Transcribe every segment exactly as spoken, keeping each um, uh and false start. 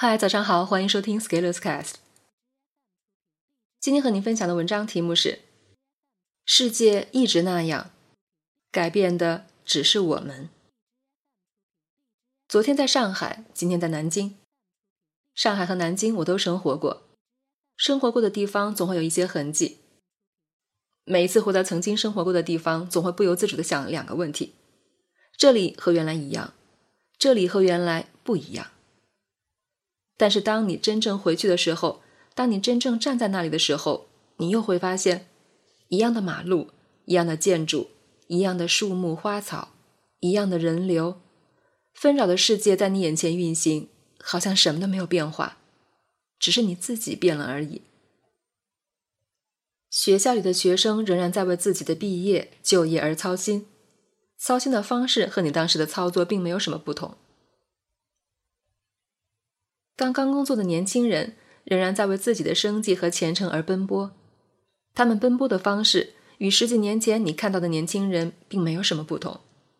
嗨，早上好，欢迎收听 Scalers Cast。 今天和您分享的文章题目是世界一直那样，改变的只是我们。昨天在上海，今天在南京。上海和南京我都生活过，生活过的地方总会有一些痕迹。每一次回到曾经生活过的地方，总会不由自主地想两个问题：这里和原来一样，这里和原来不一样。但是当你真正回去的时候，当你真正站在那里的时候，你又会发现，一样的马路，一样的建筑，一样的树木花草，一样的人流，纷扰的世界在你眼前运行，好像什么都没有变化，只是你自己变了而已。学校里的学生仍然在为自己的毕业、就业而操心，操心的方式和你当时的操作并没有什么不同。刚刚工作的年轻人仍然在为自己的生计和前程而奔波，他们奔波的方式与十几年前你看到的年轻人并没有什么不同。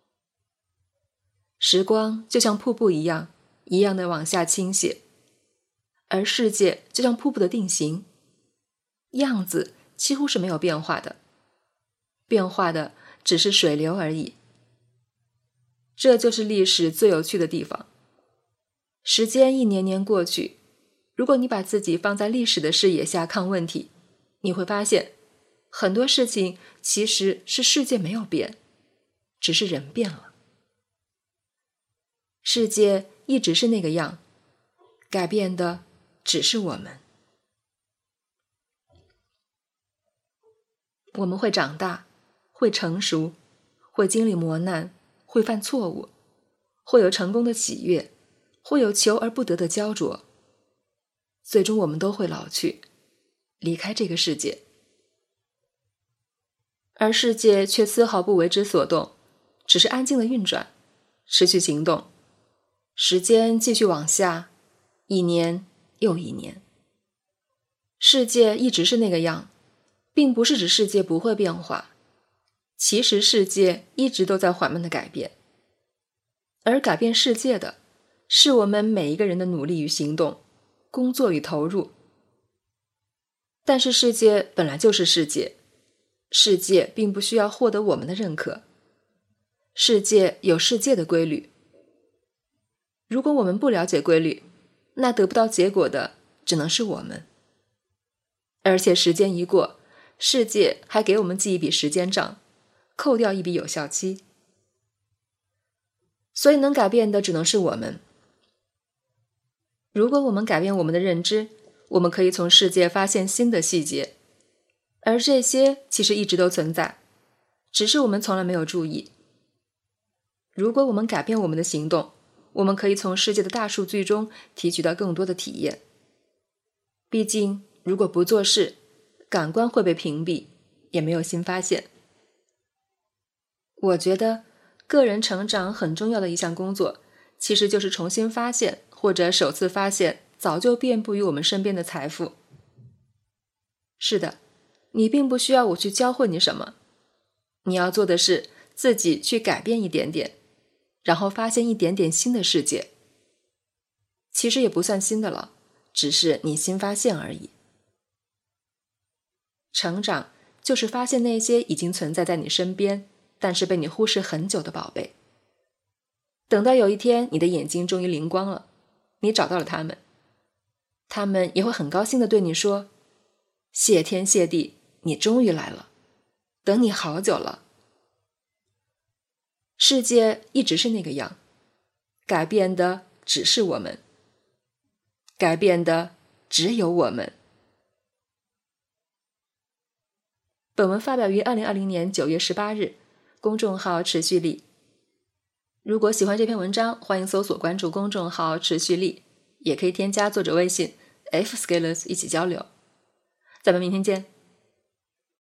时光就像瀑布一样，一样的往下倾泻，而世界就像瀑布的定型，样子几乎是没有变化的，变化的只是水流而已。这就是历史最有趣的地方。时间一年年过去，如果你把自己放在历史的视野下看问题，你会发现很多事情其实是世界没有变，只是人变了。世界一直是那个样，改变的只是我们。我们会长大，会成熟，会经历磨难，会犯错误，会有成功的喜悦，会有求而不得的焦灼，最终我们都会老去，离开这个世界。而世界却丝毫不为之所动，只是安静的运转，失去行动。时间继续往下，一年又一年。世界一直是那个样，并不是指世界不会变化，其实世界一直都在缓慢的改变，而改变世界的是我们每一个人的努力与行动，工作与投入。但是世界本来就是世界，世界并不需要获得我们的认可，世界有世界的规律。如果我们不了解规律，那得不到结果的只能是我们。而且时间一过，世界还给我们记一笔时间账，扣掉一笔有效期。所以能改变的只能是我们。如果我们改变我们的认知，我们可以从世界发现新的细节，而这些其实一直都存在，只是我们从来没有注意。如果我们改变我们的行动，我们可以从世界的大数据中提取到更多的体验。毕竟如果不做事，感官会被屏蔽，也没有新发现。我觉得个人成长很重要的一项工作，其实就是重新发现或者首次发现早就遍布于我们身边的财富。是的，你并不需要我去教会你什么，你要做的是自己去改变一点点，然后发现一点点新的世界。其实也不算新的了，只是你新发现而已。成长就是发现那些已经存在在你身边，但是被你忽视很久的宝贝。等到有一天你的眼睛终于灵光了，你找到了他们，他们也会很高兴地对你说，谢天谢地，你终于来了，等你好久了。世界一直是那个样，改变的只是我们，改变的只有我们。本文发表于二零二零年九月十八日，公众号持续力。如果喜欢这篇文章，欢迎搜索关注公众号持续力，也可以添加作者微信 F Scalers 一起交流。咱们明天见。